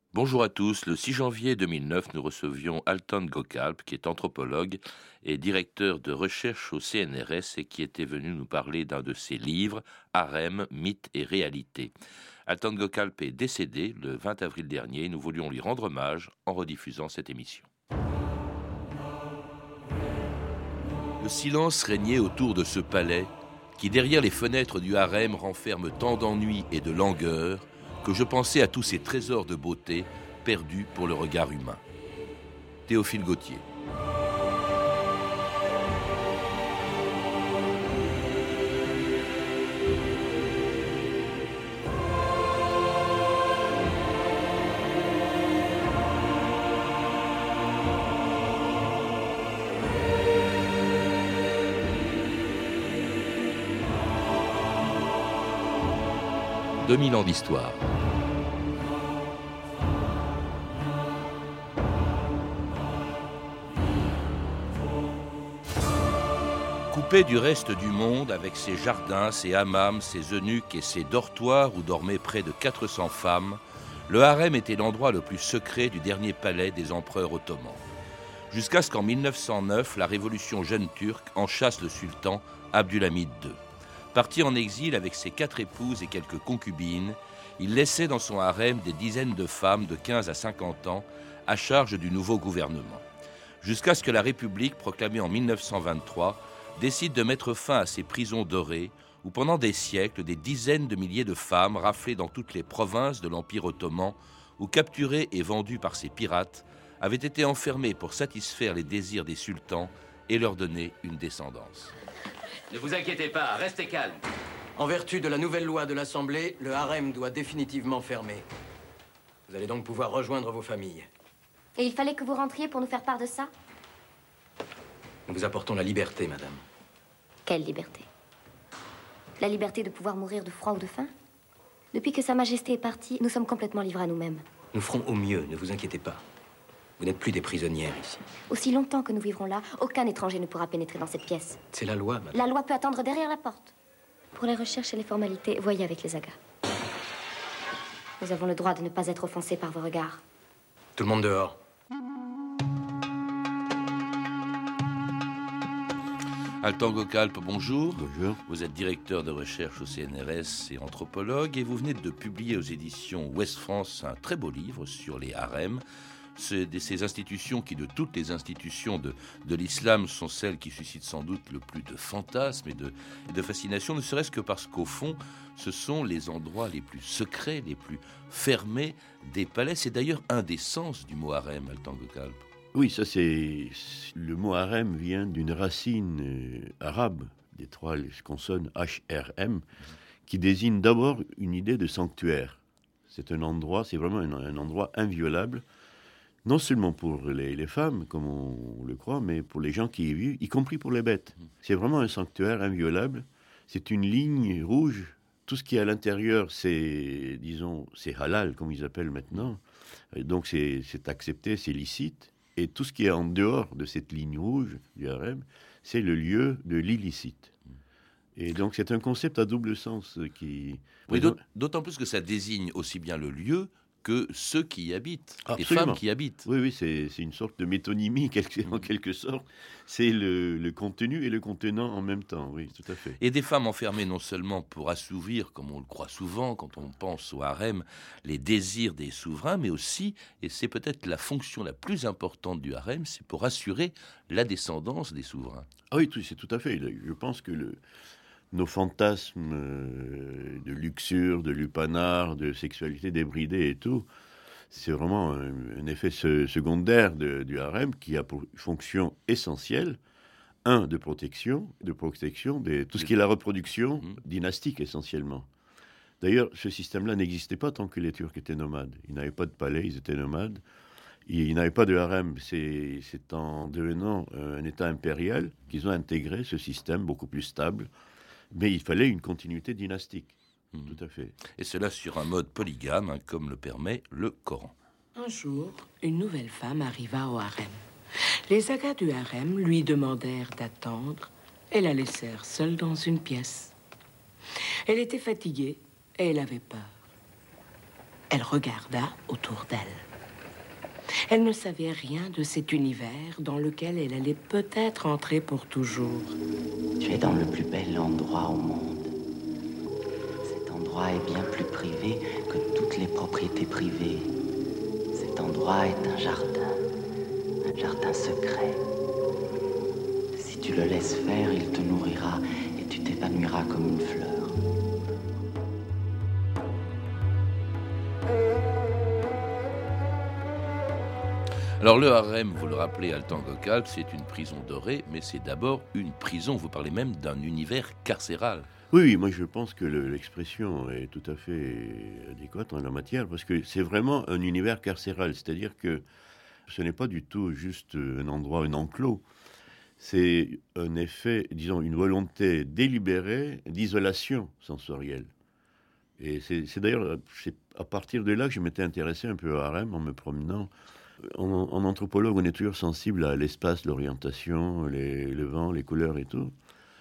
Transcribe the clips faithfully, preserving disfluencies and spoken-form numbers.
Bonjour à tous. Le six janvier deux mille neuf, nous recevions Alton Gokalp, qui est anthropologue et directeur de recherche au C N R S et qui était venu nous parler d'un de ses livres, Harem, mythe et réalité. Alton Gokalp est décédé le vingt avril dernier et nous voulions lui rendre hommage en rediffusant cette émission. Le silence régnait autour de ce palais qui, derrière les fenêtres du harem, renferme tant d'ennui et de langueur que je pensais à tous ces trésors de beauté perdus pour le regard humain. Théophile Gautier. deux mille ans d'histoire. Coupé du reste du monde, avec ses jardins, ses hammams, ses eunuques et ses dortoirs où dormaient près de quatre cents femmes, le harem était l'endroit le plus secret du dernier palais des empereurs ottomans. Jusqu'à ce qu'en mille neuf cent neuf, la révolution jeune turque en chasse le sultan Abdülhamid deux. Parti en exil avec ses quatre épouses et quelques concubines, il laissait dans son harem des dizaines de femmes de quinze à cinquante ans à charge du nouveau gouvernement. Jusqu'à ce que la République, proclamée en mille neuf cent vingt-trois, décide de mettre fin à ces prisons dorées où pendant des siècles, des dizaines de milliers de femmes raflées dans toutes les provinces de l'Empire ottoman ou capturées et vendues par ces pirates avaient été enfermées pour satisfaire les désirs des sultans et leur donner une descendance. Ne vous inquiétez pas, restez calme. En vertu de la nouvelle loi de l'Assemblée, le harem doit définitivement fermer. Vous allez donc pouvoir rejoindre vos familles. Et il fallait que vous rentriez pour nous faire part de ça? Nous vous apportons la liberté, madame. Quelle liberté? La liberté de pouvoir mourir de froid ou de faim? Depuis que Sa Majesté est partie, nous sommes complètement livrés à nous-mêmes. Nous ferons au mieux, ne vous inquiétez pas. Vous n'êtes plus des prisonnières ici. Aussi longtemps que nous vivrons là, aucun étranger ne pourra pénétrer dans cette pièce. C'est la loi, madame. La loi peut attendre derrière la porte. Pour les recherches et les formalités, voyez avec les agas. Nous avons le droit de ne pas être offensés par vos regards. Tout le monde dehors. Alton Gokalp, bonjour. Bonjour. Vous êtes directeur de recherche au C N R S et anthropologue et vous venez de publier aux éditions Ouest France un très beau livre sur les harems. C'est de ces institutions qui, de toutes les institutions de, de l'islam, sont celles qui suscitent sans doute le plus de fantasmes et de, et de fascination, ne serait-ce que parce qu'au fond, ce sont les endroits les plus secrets, les plus fermés des palais. C'est d'ailleurs un des sens du mot harem, Alton Gokalp. Oui, ça c'est... Le mot harem vient d'une racine euh, arabe, des trois consonnes H R M, qui désigne d'abord une idée de sanctuaire. C'est un endroit, c'est vraiment un, un endroit inviolable, non seulement pour les, les femmes, comme on le croit, mais pour les gens qui y vivent, y compris pour les bêtes. C'est vraiment un sanctuaire inviolable. C'est une ligne rouge. Tout ce qui est à l'intérieur, c'est, disons, c'est halal, comme ils appellent maintenant. Donc c'est, c'est accepté, c'est licite. Et tout ce qui est en dehors de cette ligne rouge du harem, c'est le lieu de l'illicite. Et donc c'est un concept à double sens qui... Oui, d'autant plus que ça désigne aussi bien le lieu que ceux qui y habitent, Absolument. les femmes qui y habitent. Oui, oui, c'est, c'est une sorte de métonymie, quelque, en quelque sorte. C'est le, le contenu et le contenant en même temps, oui, tout à fait. Et des femmes enfermées non seulement pour assouvir, comme on le croit souvent quand on pense au harem, les désirs des souverains, mais aussi, et c'est peut-être la fonction la plus importante du harem, c'est pour assurer la descendance des souverains. Ah oui, tout, c'est tout à fait. Je pense que le... nos fantasmes de luxure, de lupanar, de sexualité débridée et tout, c'est vraiment un, un effet se, secondaire de, du harem qui a pour fonction essentielle, un, de protection, de protection de tout ce qui est la reproduction dynastique essentiellement. D'ailleurs, ce système-là n'existait pas tant que les Turcs étaient nomades. Ils n'avaient pas de palais, ils étaient nomades. Ils n'avaient pas de harem. C'est, c'est en devenant un État impérial qu'ils ont intégré ce système beaucoup plus stable. Mais il fallait une continuité dynastique, mmh. Tout à fait. Et cela sur un mode polygame, hein, comme le permet le Coran. Un jour, une nouvelle femme arriva au harem. Les agas du harem lui demandèrent d'attendre et la laissèrent seule dans une pièce. Elle était fatiguée et elle avait peur. Elle regarda autour d'elle. Elle ne savait rien de cet univers dans lequel elle allait peut-être entrer pour toujours. Tu es dans le plus bel endroit au monde. Cet endroit est bien plus privé que toutes les propriétés privées. Cet endroit est un jardin, un jardin secret. Si tu le laisses faire, il te nourrira et tu t'épanouiras comme une fleur. Alors le harem, vous le rappelez, Altan Gokal, c'est une prison dorée, mais c'est d'abord une prison. Vous parlez même d'un univers carcéral. Oui, oui, moi je pense que le, l'expression est tout à fait adéquate en la matière, parce que c'est vraiment un univers carcéral, c'est-à-dire que ce n'est pas du tout juste un endroit, un enclos. C'est un effet, disons, une volonté délibérée d'isolation sensorielle. Et c'est, c'est d'ailleurs c'est à partir de là que je m'étais intéressé un peu au harem en me promenant. En, en anthropologue, on est toujours sensible à l'espace, l'orientation, les, le vent, les couleurs et tout.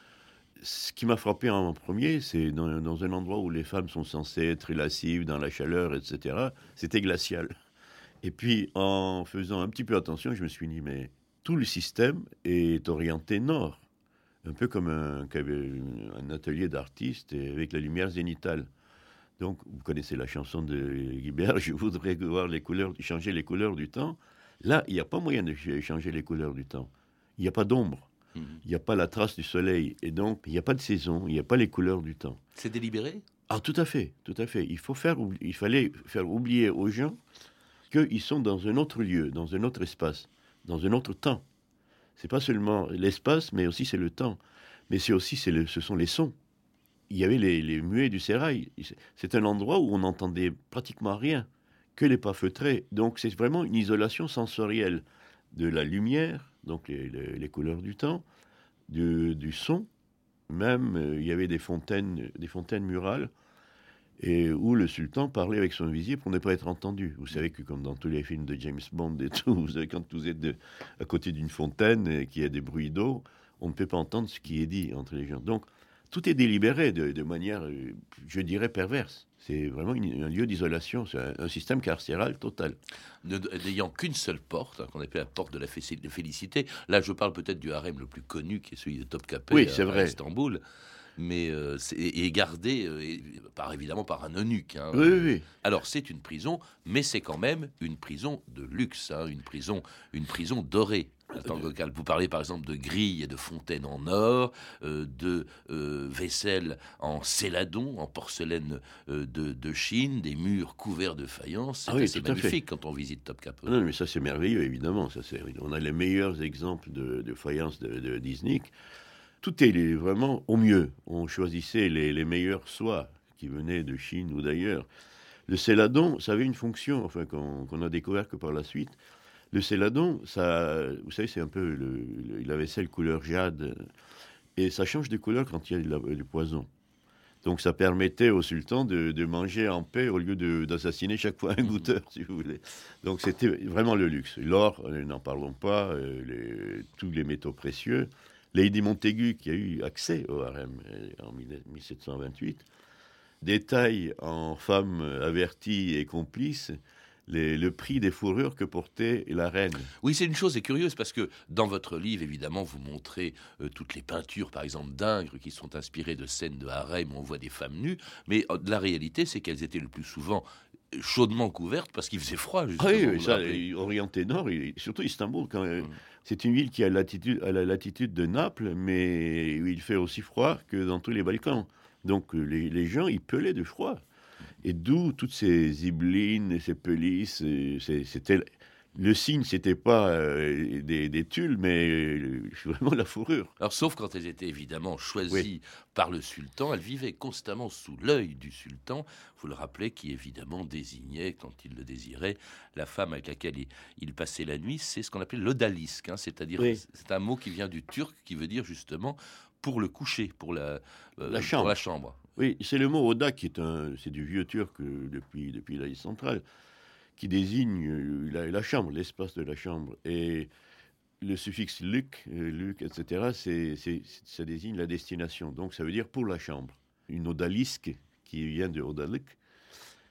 Ce qui m'a frappé en premier, c'est dans, dans un endroit où les femmes sont censées être lascives, dans la chaleur, et cetera, c'était glacial. Et puis, en faisant un petit peu attention, je me suis dit, mais tout le système est orienté nord. Un peu comme un, un atelier d'artiste avec la lumière zénitale. Donc, vous connaissez la chanson de Guibert, je voudrais voir les couleurs, changer les couleurs du temps. Là, il n'y a pas moyen de changer les couleurs du temps. Il n'y a pas d'ombre. Il mmh. n'y a pas la trace du soleil. Et donc, il n'y a pas de saison. Il n'y a pas les couleurs du temps. C'est délibéré ? Ah, tout à fait, tout à fait. Il faut faire, il fallait faire oublier aux gens qu'ils sont dans un autre lieu, dans un autre espace, dans un autre temps. C'est pas seulement l'espace, mais aussi c'est le temps. Mais c'est aussi, c'est le, ce sont les sons. Il y avait les, les muets du sérail. C'est un endroit où on n'entendait pratiquement rien, que les pas feutrés. Donc c'est vraiment une isolation sensorielle de la lumière, donc les, les, les couleurs du temps, du, du son. Même, euh, il y avait des fontaines, des fontaines murales, et où le sultan parlait avec son vizir pour ne pas être entendu. Vous savez que comme dans tous les films de James Bond et tout, vous savez, quand vous êtes de, à côté d'une fontaine et qu'il y a des bruits d'eau, on ne peut pas entendre ce qui est dit entre les gens. Donc, tout est délibéré de, de manière, je dirais, perverse. C'est vraiment une, un lieu d'isolation, c'est un, un système carcéral total. Ne, n'ayant qu'une seule porte, hein, qu'on appelle la porte de la félicité. Là, je parle peut-être du harem le plus connu, qui est celui de Topkapı, oui, c'est à, vrai. à Istanbul. Mais euh, c'est, est gardé euh, par, évidemment par un eunuque. Hein. Oui, oui, oui. Alors c'est une prison, mais c'est quand même une prison de luxe, hein, une prison, une prison dorée. Vous parlez par exemple de grilles et de fontaines en or, euh, de euh, vaisselle en céladon, en porcelaine euh, de, de Chine, des murs couverts de faïence. C'est, ah oui, c'est magnifique quand on visite Topkapı. Non, mais ça c'est merveilleux, évidemment. Ça, c'est, on a les meilleurs exemples de, de faïence de, de Disney. Tout est vraiment au mieux. On choisissait les, les meilleurs soies qui venaient de Chine ou d'ailleurs. Le céladon, ça avait une fonction, enfin, qu'on, qu'on a découvert que par la suite. Le céladon, ça, vous savez, c'est un peu le, le, la vaisselle couleur jade, et ça change de couleur quand il y a du poison. Donc ça permettait au sultan de, de manger en paix au lieu de, d'assassiner chaque fois un goûteur, si vous voulez. Donc c'était vraiment le luxe. L'or, n'en parlons pas, les, tous les métaux précieux. Lady Montaigu, qui a eu accès au harem en mille sept cent vingt-huit, détaille en femme avertie et complice les, le prix des fourrures que portait la reine. Oui, c'est une chose est curieuse parce que dans votre livre, évidemment, vous montrez euh, toutes les peintures, par exemple d'Ingres, qui sont inspirées de scènes de harem où on voit des femmes nues, mais euh, la réalité, c'est qu'elles étaient le plus souvent chaudement couvertes parce qu'il faisait froid. Justement, ah oui, oui ça, orienté nord, et surtout Istanbul, quand même. Mmh. C'est une ville qui a latitude, à la latitude de Naples, mais où il fait aussi froid que dans tous les Balkans. Donc les, les gens, ils pelaient de froid. Et d'où toutes ces zibelines et ces pelisses. Et c'est, c'était, le signe, c'était pas euh, des, des tulles, mais euh, vraiment la fourrure. Alors, sauf quand elles étaient évidemment choisies oui. par le sultan, elles vivaient constamment sous l'œil du sultan. Vous le rappelez, qui évidemment désignait, quand il le désirait, la femme avec laquelle il, il passait la nuit. C'est ce qu'on appelle l'odalisque, hein, c'est-à-dire oui. c'est un mot qui vient du turc, qui veut dire justement pour le coucher, pour la, euh, la chambre. Pour la chambre. Oui, c'est le mot oda qui est un, c'est du vieux turc euh, depuis depuis l'Asie centrale, qui désigne euh, la, la chambre, l'espace de la chambre. Et le suffixe luk, euh, luk, et cetera, c'est, c'est, ça désigne la destination. Donc ça veut dire pour la chambre. Une odalisque qui vient de odalik,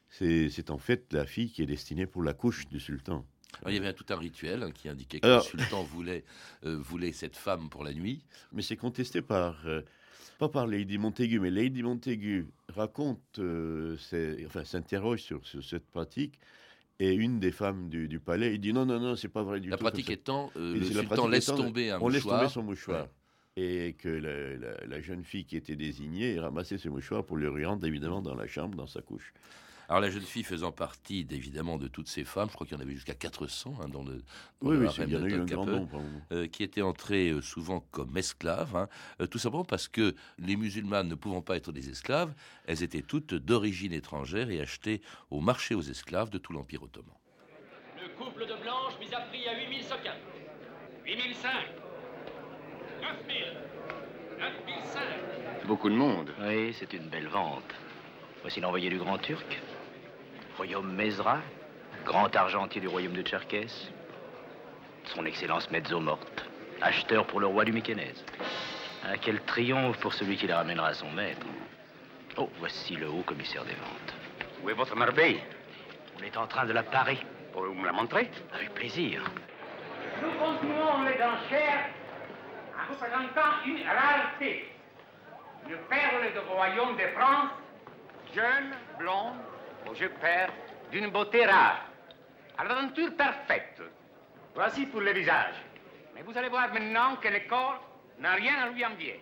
C'est, c'est en fait la fille qui est destinée pour la couche du sultan. Alors, il y avait tout un rituel hein, qui indiquait que Alors, le sultan voulait, euh, voulait cette femme pour la nuit. Mais c'est contesté par, euh, pas par Lady Montaigu, mais Lady Montaigu raconte, euh, c'est, enfin s'interroge sur, sur cette pratique, et une des femmes du, du palais, il dit non, non, non, c'est pas vrai du La tout. pratique étant, euh, Et le c'est la sultan pratique laisse étant, tomber un on laisse mouchoir. tomber son mouchoir. Et que la, la- la jeune fille qui était désignée ramassait ce mouchoir pour le lui rendre évidemment dans la chambre, dans sa couche. Alors la jeune fille faisant partie évidemment de toutes ces femmes, je crois qu'il y en avait jusqu'à quatre cents hein, dans le, dans Oui, le oui, harem c'est- il y en a de eu un Tolkapi, grand nombre. à un moment. euh, qui étaient entrées euh, souvent comme esclaves, hein, euh, tout simplement parce que les musulmanes ne pouvant pas être des esclaves, elles étaient toutes d'origine étrangère et achetées au marché aux esclaves de tout l'Empire ottoman. Le couple de blanches mis à prix à huit mille sequins. huit mille cinq. neuf mille. neuf mille cinq. Beaucoup de monde. Oui, c'est une belle vente. Voici l'envoyé du Grand Turc, royaume Mesra, grand argentier du royaume de Tcherkesse, son excellence Mezzomorte, acheteur pour le roi du Mykénèse. Ah, quel triomphe pour celui qui les ramènera à son maître. Oh, voici le haut commissaire des ventes. Où est votre merveille? On est en train de la parer. Vous me la montrer? Avec plaisir. Nous continuons les enchères en vous présentant une rareté. Une perle du royaume de France, jeune, blonde, aux yeux pères, d'une beauté rare. À l'aventure parfaite. Voici pour le visage. Mais vous allez voir maintenant que le corps n'a rien à lui envier.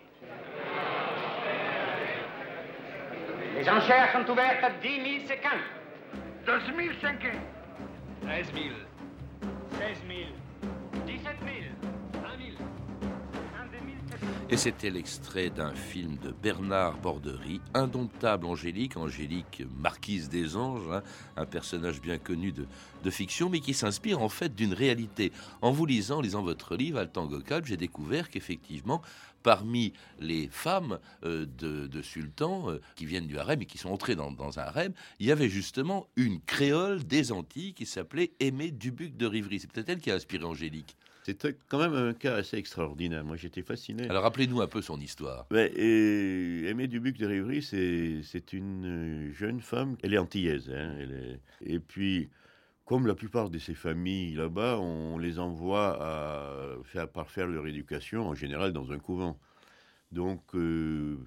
Les enchères sont ouvertes à dix mille sequins. douze mille sequins. treize mille. seize mille. dix-sept mille. un mille. vingt-deux mille sept cents. Et c'était l'extrait d'un film de Bernard Borderie, Indomptable Angélique, Angélique marquise des anges, hein, un personnage bien connu de, de fiction, mais qui s'inspire en fait d'une réalité. En vous lisant, en lisant votre livre, Altan Gökalp, j'ai découvert qu'effectivement, parmi les femmes euh, de, de sultans euh, qui viennent du harem et qui sont entrées dans, dans un harem, il y avait justement une créole des Antilles qui s'appelait Aimée Dubuc de Rivry. C'est peut-être elle qui a inspiré Angélique. C'était quand même un cas assez extraordinaire. Moi, j'étais fasciné. Alors rappelez-nous un peu son histoire. Ouais, et Aimée Dubuc de Rivry, c'est, c'est une jeune femme. Elle est antillaise. Hein, elle est... Et puis, comme la plupart de ces familles là-bas, on les envoie à faire parfaire leur éducation, en général dans un couvent. Donc, euh,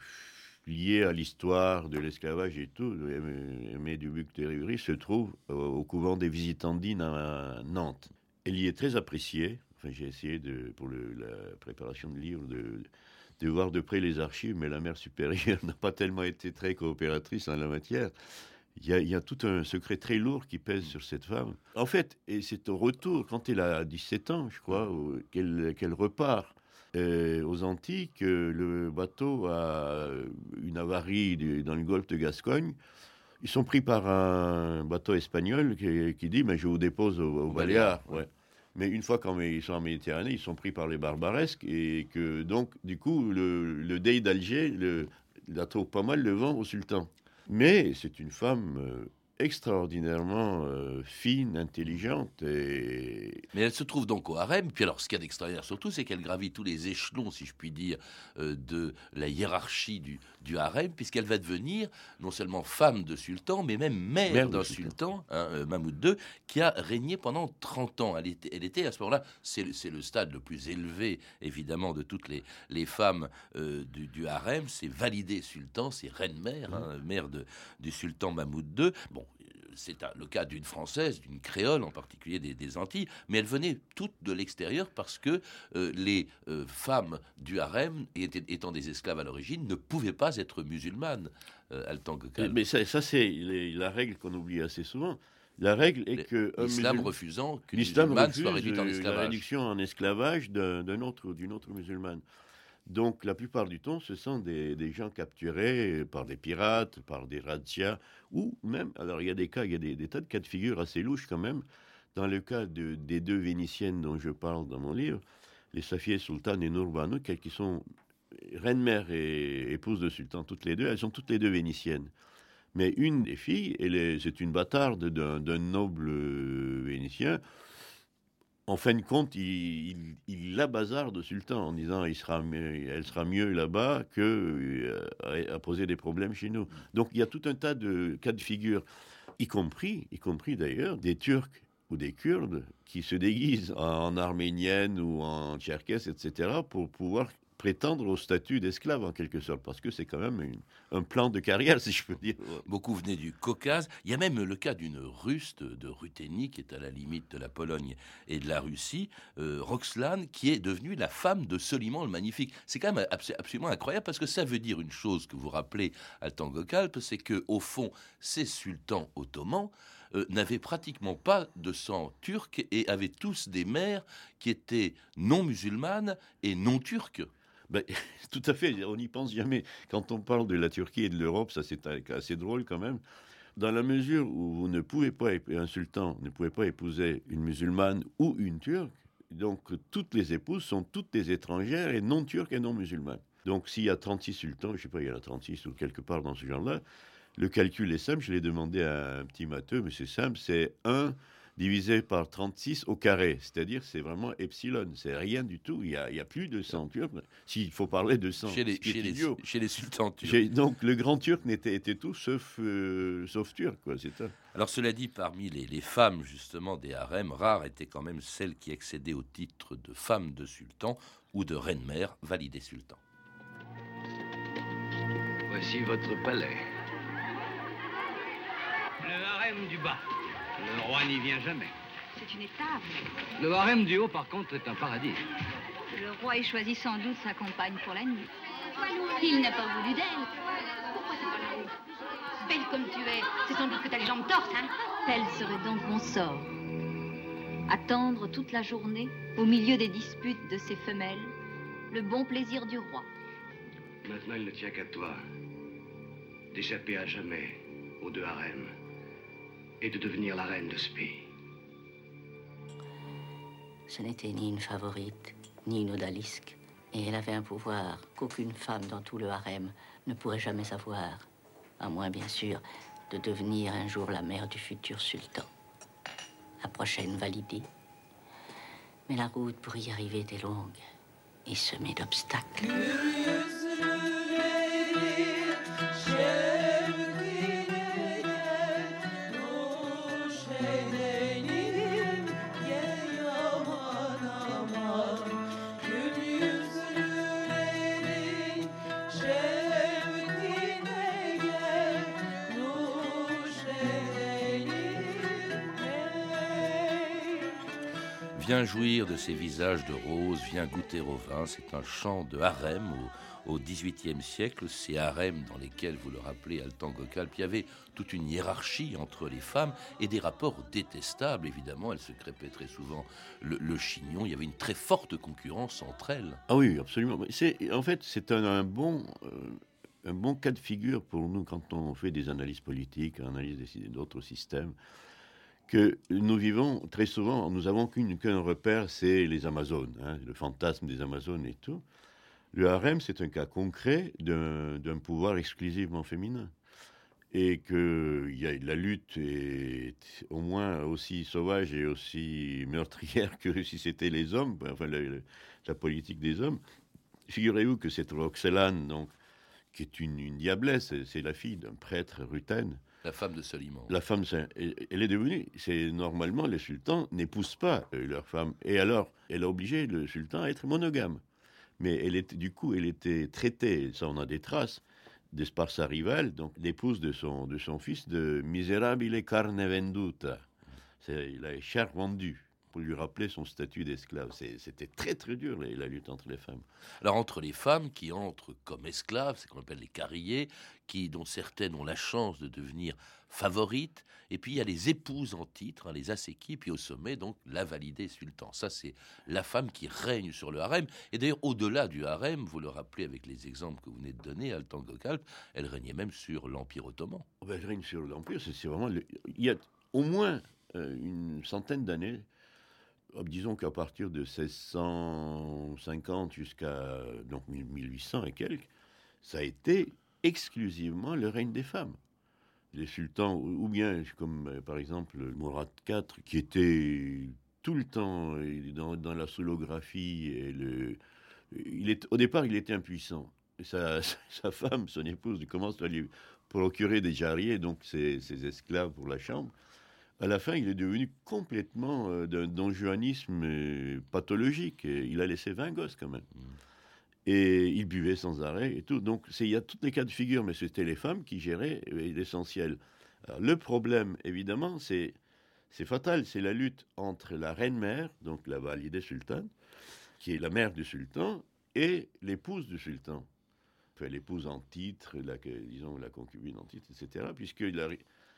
lié à l'histoire de l'esclavage et tout, Aimée, Aimée Dubuc de Rivry se trouve au, au couvent des Visitandines à Nantes. Elle y est très appréciée. Enfin, j'ai essayé, de, pour le, la préparation de livre, de, de voir de près les archives, mais la mère supérieure n'a pas tellement été très coopératrice en la matière. Il y a, il y a tout un secret très lourd qui pèse sur cette femme. En fait, et c'est au retour, quand elle a dix-sept ans, je crois, au, qu'elle, qu'elle repart euh, aux Antilles, que le bateau a une avarie du, dans le golfe de Gascogne. Ils sont pris par un bateau espagnol qui, qui dit mais « je vous dépose au, au Baléares ». Ouais. Mais une fois qu'ils sont en Méditerranée, ils sont pris par les barbaresques et que donc, du coup, le, le Dey d'Alger le, la trouve pas mal le vent au sultan. Mais c'est une femme euh, extraordinairement euh, fine, intelligente. Et... Mais elle se trouve donc au harem. Puis alors, ce qu'il y a d'extraordinaire surtout, c'est qu'elle gravit tous les échelons, si je puis dire, euh, de la hiérarchie du, du harem, puisqu'elle va devenir non seulement femme de sultan, mais même mère, mère d'un sultan, sultan hein, euh, Mahmoud deux, qui a régné pendant trente ans. Elle était, elle était à ce moment-là, c'est, c'est le stade le plus élevé, évidemment, de toutes les, les femmes euh, du, du harem. C'est validé sultan, c'est reine-mère, hein, mère de, du sultan Mahmoud deux. Bon, c'est un, le cas d'une Française, d'une Créole en particulier des, des Antilles, mais elles venaient toutes de l'extérieur parce que euh, les euh, femmes du harem, étaient, étant des esclaves à l'origine, ne pouvaient pas être musulmanes, euh, Altan Gökalp. Mais ça, ça c'est les, la règle qu'on oublie assez souvent. La règle est que... L'islam musul... refusant qu'une l'islam musulmane refuse soit réduite en esclavage. La réduction en esclavage d'un, d'un autre, d'une autre musulmane. Donc, la plupart du temps, ce sont des, des gens capturés par des pirates, par des razzias, ou même, alors il y a des cas, il y a des, des tas de cas de figure assez louches quand même. Dans le cas de, des deux Vénitiennes dont je parle dans mon livre, les Safiye Sultan et Nur Banu, qui sont reine-mère et épouse de sultan toutes les deux, elles sont toutes les deux vénitiennes. Mais une des filles, elle est, c'est une bâtarde d'un, d'un noble vénitien. En fin de compte, il, il, il la bazarde au sultan en disant il sera mieux, elle sera mieux là-bas que euh, à, à poser des problèmes chez nous. Donc il y a tout un tas de cas de figure. y compris, y compris d'ailleurs des Turcs ou des Kurdes qui se déguisent en arménienne ou en tcherkesse, et cetera, pour pouvoir prétendre au statut d'esclave, en quelque sorte, parce que c'est quand même une, un plan de carrière, si je peux dire. Beaucoup venaient du Caucase. Il y a même le cas d'une Russe de, de Ruthénie, qui est à la limite de la Pologne et de la Russie, euh, Roxlane, qui est devenue la femme de Soliman le Magnifique. C'est quand même abs- absolument incroyable, parce que ça veut dire une chose que vous rappelez, Altan Gökalp, c'est que au fond, ces sultans ottomans euh, n'avaient pratiquement pas de sang turc et avaient tous des mères qui étaient non musulmanes et non turques. Ben, tout à fait, on n'y pense jamais. Quand on parle de la Turquie et de l'Europe, ça c'est assez drôle quand même. Dans la mesure où vous ne pouvez pas, un sultan ne pouvait pas épouser une musulmane ou une turque, donc toutes les épouses sont toutes des étrangères et non turques et non musulmanes. Donc s'il y a trente-six sultans, je ne sais pas, il y en a trente-six ou quelque part dans ce genre-là, le calcul est simple, je l'ai demandé à un petit matheux, mais c'est simple, c'est un divisé par trente-six au carré, c'est-à-dire c'est vraiment epsilon, c'est rien du tout, il n'y a, a plus de sang turc, s'il faut parler de sang, chez les, chez les, chez les sultans turcs. J'ai, donc le grand turc n'était, était tout sauf, euh, sauf turc, quoi, c'est ça. Alors cela dit, parmi les, les femmes justement des harems, rares étaient quand même celles qui accédaient au titre de femme de sultan ou de reine-mère validée sultan. Voici votre palais. Le harem du bas. Le roi n'y vient jamais. C'est une étable. Le harem du haut, par contre, est un paradis. Le roi y choisit sans doute sa compagne pour la nuit. Il n'a pas voulu d'elle. Pourquoi t'es pas là-haut? Belle comme tu es, c'est sans doute que t'as les jambes torses, hein? Tel serait donc mon sort. Attendre toute la journée, au milieu des disputes de ses femelles, le bon plaisir du roi. Maintenant, il ne tient qu'à toi d'échapper à jamais aux deux harems et de devenir la reine de ce pays. Ce n'était ni une favorite, ni une odalisque, et elle avait un pouvoir qu'aucune femme dans tout le harem ne pourrait jamais avoir, à moins bien sûr de devenir un jour la mère du futur sultan. La prochaine validée. Mais la route pour y arriver était longue et semée d'obstacles. Viens jouir de ces visages de rose, viens goûter au vin. C'est un chant de harem au, au dix-huitième siècle. Ces harems dans lesquels, vous le rappelez, Altan Gökalp, il y avait toute une hiérarchie entre les femmes et des rapports détestables. Évidemment, elles se crêpaient très souvent le, le chignon. Il y avait une très forte concurrence entre elles. Ah oui, absolument. C'est, en fait, c'est un, un bon... Euh... un bon cas de figure pour nous quand on fait des analyses politiques, analyse d'autres systèmes, que nous vivons très souvent, nous avons qu'une, qu'un repère, c'est les Amazones, hein, le fantasme des Amazones et tout. Le harem, c'est un cas concret d'un, d'un pouvoir exclusivement féminin. Et que y a, la lutte est au moins aussi sauvage et aussi meurtrière que si c'était les hommes, enfin la, la politique des hommes. Figurez-vous que cette Roxelane, donc, qui est une, une diablesse, c'est la fille d'un prêtre Ruthène. La femme de Soliman. La femme, elle, elle est devenue, c'est normalement, les sultans n'épousent pas euh, leur femme. Et alors, elle a obligé le sultan à être monogame. Mais elle était, du coup, elle était traitée, ça on a des traces, de, par sa rivale, donc l'épouse de son, de son fils, de miserabile carne venduta. C'est la chair vendue, pour lui rappeler son statut d'esclave. C'est, c'était très très dur, la, la lutte entre les femmes. Alors entre les femmes qui entrent comme esclaves, c'est ce qu'on appelle les carriers, qui, dont certaines ont la chance de devenir favorites, et puis il y a les épouses en titre, hein, les asséquis, puis au sommet, donc la validée sultan. Ça, c'est la femme qui règne sur le harem. Et d'ailleurs, au-delà du harem, vous le rappelez avec les exemples que vous venez de donner, Altan Gökalp, elle régnait même sur l'Empire ottoman. Oh ben, elle règne sur l'Empire, c'est, c'est vraiment... Le... Il y a au moins euh, une centaine d'années, disons qu'à partir de seize cent cinquante jusqu'à donc mille huit cents et quelques, ça a été exclusivement le règne des femmes. Les sultans, ou bien comme euh, par exemple Mourad quatre, qui était tout le temps dans, dans la solographie, et le, il est, au départ il était impuissant. Sa, sa femme, son épouse, commence à lui procurer des jarriers, donc ses, ses esclaves pour la chambre. À la fin, il est devenu complètement euh, d'un donjuanisme euh, pathologique. Et il a laissé vingt gosses quand même. Mmh. Et il buvait sans arrêt et tout. Donc il y a tous les cas de figure, mais c'était les femmes qui géraient euh, l'essentiel. Alors, le problème, évidemment, c'est, c'est fatal. C'est la lutte entre la reine-mère, donc la validée sultane, qui est la mère du sultan, et l'épouse du sultan. Enfin, l'épouse en titre, la, disons la concubine en titre, et cetera. Puisque la,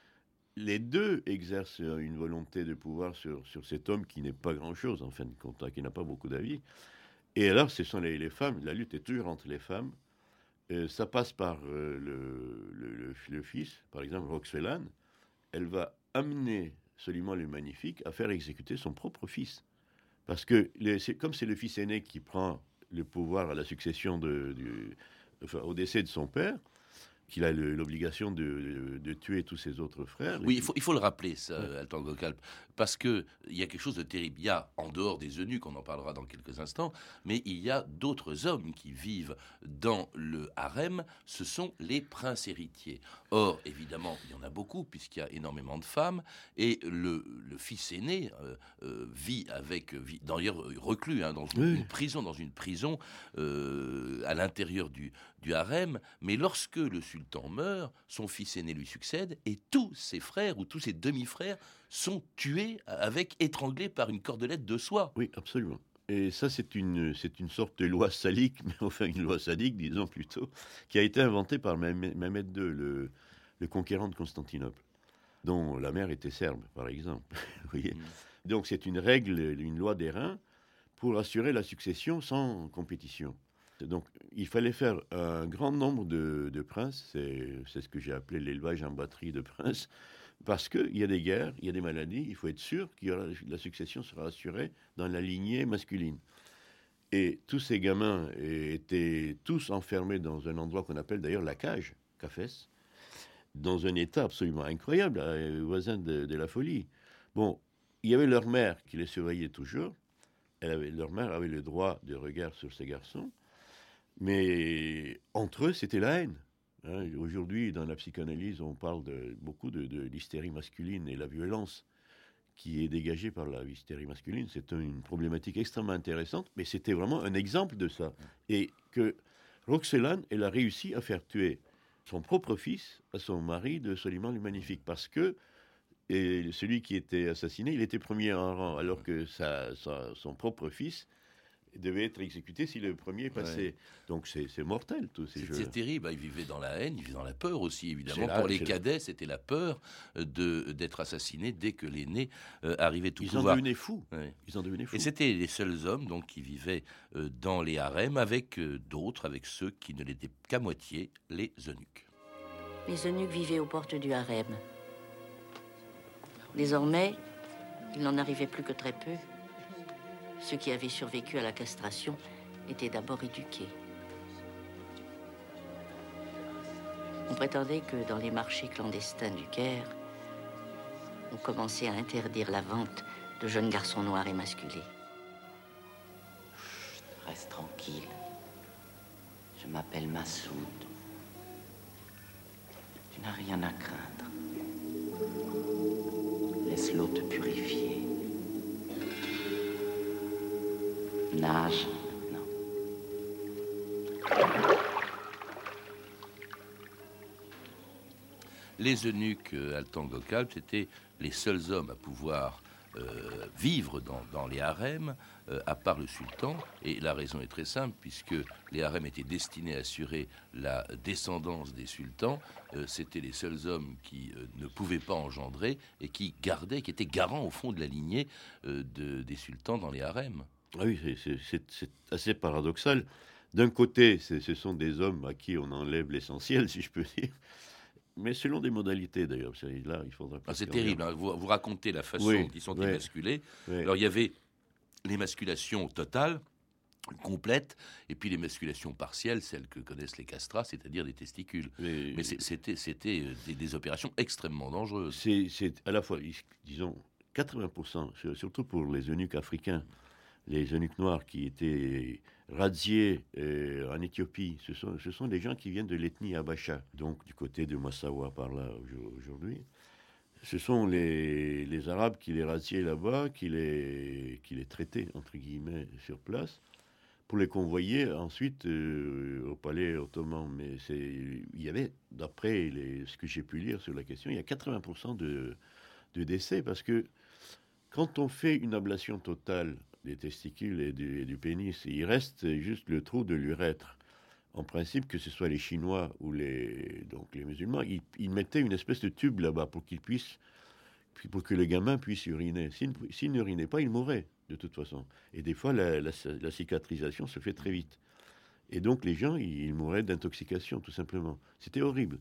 les deux exercent une volonté de pouvoir sur, sur cet homme qui n'est pas grand-chose, en fin de compte, qui n'a pas beaucoup d'avis. Et alors, ce sont les, les femmes. La lutte est toujours entre les femmes. Euh, ça passe par euh, le, le, le, le fils, par exemple, Roxelane. Elle va amener Soliman le Magnifique à faire exécuter son propre fils. Parce que, les, c'est, comme c'est le fils aîné qui prend le pouvoir à la succession de, du, enfin, au décès de son père, qu'il a le, l'obligation de, de, de tuer tous ses autres frères. Oui, il faut, il faut le rappeler, ça, ouais. Altan Gokal, parce qu'il y a quelque chose de terrible. Il y a, en dehors des eunuques, on en parlera dans quelques instants, mais il y a d'autres hommes qui vivent dans le harem, ce sont les princes héritiers. Or, évidemment, il y en a beaucoup, puisqu'il y a énormément de femmes, et le, le fils aîné euh, euh, vit avec, vit, d'ailleurs reclus, hein, dans une, oui. une prison, dans une prison euh, à l'intérieur du, du harem, mais lorsque le sultan meurt, son fils aîné lui succède et tous ses frères ou tous ses demi-frères sont tués avec, étranglés par une cordelette de soie. Oui, absolument. Et ça, c'est une, c'est une sorte de loi salique, mais enfin une loi salique, disons plutôt, qui a été inventée par Mehmed deux, le, le conquérant de Constantinople, dont la mère était serbe, par exemple. Vous voyez ? Mmh. Donc c'est une règle, une loi d'airain pour assurer la succession sans compétition. Donc, il fallait faire un grand nombre de, de princes, c'est, c'est ce que j'ai appelé l'élevage en batterie de princes, parce qu'il y a des guerres, il y a des maladies, il faut être sûr que la succession sera assurée dans la lignée masculine. Et tous ces gamins étaient tous enfermés dans un endroit qu'on appelle d'ailleurs la cage, Cafès, dans un état absolument incroyable, voisin de, de la folie. Bon, il y avait leur mère qui les surveillait toujours, elle avait, leur mère avait le droit de regard sur ces garçons, mais entre eux, c'était la haine. Hein, aujourd'hui, dans la psychanalyse, on parle de, beaucoup de, de l'hystérie masculine et la violence qui est dégagée par la hystérie masculine. C'est une problématique extrêmement intéressante, mais c'était vraiment un exemple de ça. Et que Roxelane, elle a réussi à faire tuer son propre fils à son mari de Soliman le Magnifique, parce que et celui qui était assassiné, il était premier en rang, alors que sa, sa, son propre fils devait être exécuté si le premier passait. Ouais. Donc c'est, c'est mortel, tous ces jeux. C'est terrible. Ils vivaient dans la haine, ils vivaient dans la peur aussi, évidemment. Là, pour les cadets, là. C'était la peur de, d'être assassinés dès que l'aîné euh, arrivait tout ils pouvoir. En devenaient fous. Ouais. Ils en devenaient fous. Et c'était les seuls hommes donc, qui vivaient euh, dans les harems avec euh, d'autres, avec ceux qui ne l'étaient qu'à moitié, les eunuques. Les eunuques vivaient aux portes du harem. Désormais, il n'en arrivait plus que très peu. Ceux qui avaient survécu à la castration étaient d'abord éduqués. On prétendait que dans les marchés clandestins du Caire, on commençait à interdire la vente de jeunes garçons noirs émasculés. Chut, reste tranquille. Je m'appelle Massoud. Tu n'as rien à craindre. Laisse l'eau te purifier. Nage, non. Les eunuques euh, Altan Gokal, c'était les seuls hommes à pouvoir euh, vivre dans, dans les harems, euh, à part le sultan. Et la raison est très simple, puisque les harems étaient destinés à assurer la descendance des sultans. Euh, c'était les seuls hommes qui euh, ne pouvaient pas engendrer et qui gardaient, qui étaient garants au fond de la lignée euh, de, des sultans dans les harems. Ah oui, c'est, c'est, c'est, c'est assez paradoxal. D'un côté, c'est, ce sont des hommes à qui on enlève l'essentiel, si je peux dire, mais selon des modalités d'ailleurs. C'est, là, il faudra ah, c'est terrible, hein. vous, vous racontez la façon oui, dont ils sont oui, émasculés. Oui. Alors il y avait l'émasculation totale, complète, et puis l'émasculation partielle, celle que connaissent les castrats, c'est-à-dire des testicules. Mais, mais c'est, c'était, c'était des, des opérations extrêmement dangereuses. C'est, c'est à la fois, disons, quatre-vingts pour cent, surtout pour les eunuques africains, les eunuques noirs qui étaient razziés euh, en Éthiopie, ce sont, ce sont des gens qui viennent de l'ethnie Abacha, donc du côté de Massawa par là aujourd'hui. Ce sont les, les Arabes qui les razziaient là-bas, qui les, qui les traitaient, entre guillemets, sur place, pour les convoyer ensuite euh, au palais ottoman. Mais c'est, il y avait, d'après les, ce que j'ai pu lire sur la question, il y a quatre-vingts pour cent de, de décès, parce que quand on fait une ablation totale des testicules et du, et du pénis, il reste juste le trou de l'urètre. En principe, que ce soit les Chinois ou les, donc les musulmans, ils, ils mettaient une espèce de tube là-bas pour qu'ils puissent, pour que le gamin puisse uriner. S'il, s'il n'urinait pas, il mourrait, de toute façon. Et des fois, la, la, la cicatrisation se fait très vite. Et donc, les gens, ils, ils mouraient d'intoxication, tout simplement. C'était horrible.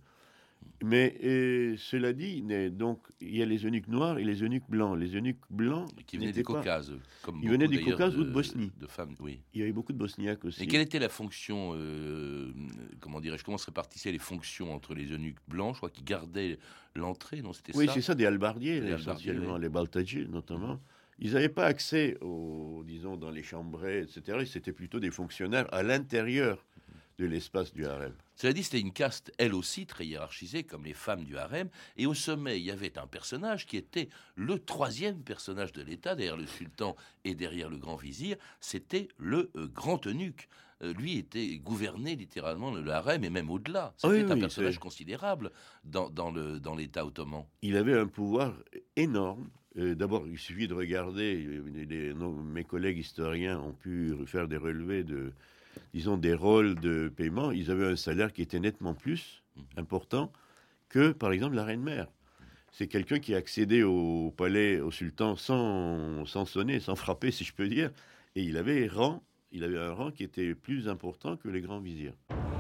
Mais euh, cela dit, donc il y a les eunuques noirs et les eunuques blancs. Les eunuques blancs qui venaient des Caucases, comme ils venaient des Caucases ou de Bosnie, de femmes, oui. Il y avait beaucoup de Bosniaques aussi. Et quelle était la fonction, euh, comment dirais-je, comment se répartissaient les fonctions entre les eunuques blancs, je crois, qui gardaient l'entrée, non, c'était oui, ça. Oui, c'est ça, des halbardiers, des essentiellement, oui. les baltadjis notamment. Mmh. Ils n'avaient pas accès, aux, disons, dans les chambrées, et cetera. C'était plutôt des fonctionnaires à l'intérieur de l'espace du harem. Cela dit, c'était une caste, elle aussi, très hiérarchisée, comme les femmes du harem. Et au sommet, il y avait un personnage qui était le troisième personnage de l'État, derrière le sultan et derrière le grand vizir. C'était le euh, grand eunuque. Euh, lui était gouverné littéralement le harem et même au-delà. C'était oui, un oui, personnage c'est... considérable dans, dans, le, dans l'État ottoman. Il avait un pouvoir énorme. Euh, d'abord, il suffit de regarder, les, les, nos, mes collègues historiens ont pu faire des relevés de... disons, des rôles de paiement, ils avaient un salaire qui était nettement plus important que, par exemple, la reine-mère. C'est quelqu'un qui accédait au palais, au sultan, sans, sans sonner, sans frapper, si je peux dire, et il avait, rang, il avait un rang qui était plus important que les grands vizirs.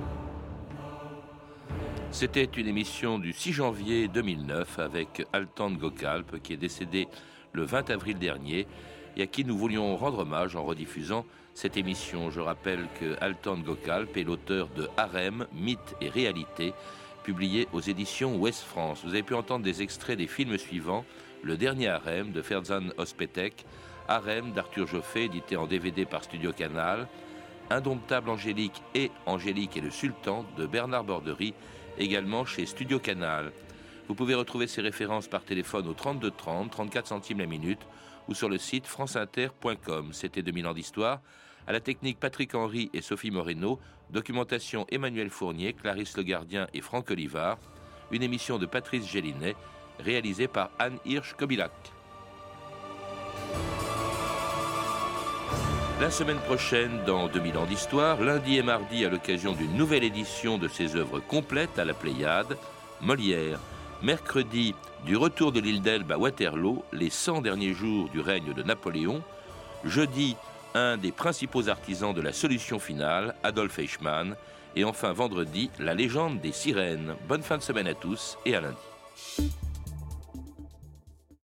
C'était une émission du six janvier deux mille neuf avec Altan Gökalp, qui est décédé le vingt avril dernier, et à qui nous voulions rendre hommage en rediffusant cette émission. Je rappelle que Altan Gökalp est l'auteur de Harem, mythe et réalité, publié aux éditions Ouest France. Vous avez pu entendre des extraits des films suivants: Le dernier Harem de Ferzan Özpetek, Harem d'Arthur Joffé, édité en D V D par Studio Canal, Indomptable Angélique et Angélique et le Sultan de Bernard Borderie, également chez Studio Canal. Vous pouvez retrouver ces références par téléphone au trente-deux trente, trente-quatre centimes la minute, ou sur le site franceinter point com. C'était deux mille ans d'histoire. À la technique, Patrick Henry et Sophie Moreno. Documentation, Emmanuel Fournier, Clarisse Le Gardien et Franck Olivard. Une émission de Patrice Gélinet, réalisée par Anne Hirsch-Kobilac. La semaine prochaine, dans deux mille ans d'histoire, lundi et mardi, à l'occasion d'une nouvelle édition de ses œuvres complètes à la Pléiade, Molière. Mercredi, du retour de l'île d'Elbe à Waterloo, les cent derniers jours du règne de Napoléon. Jeudi, un des principaux artisans de la solution finale, Adolf Eichmann. Et enfin vendredi, la légende des sirènes. Bonne fin de semaine à tous et à lundi.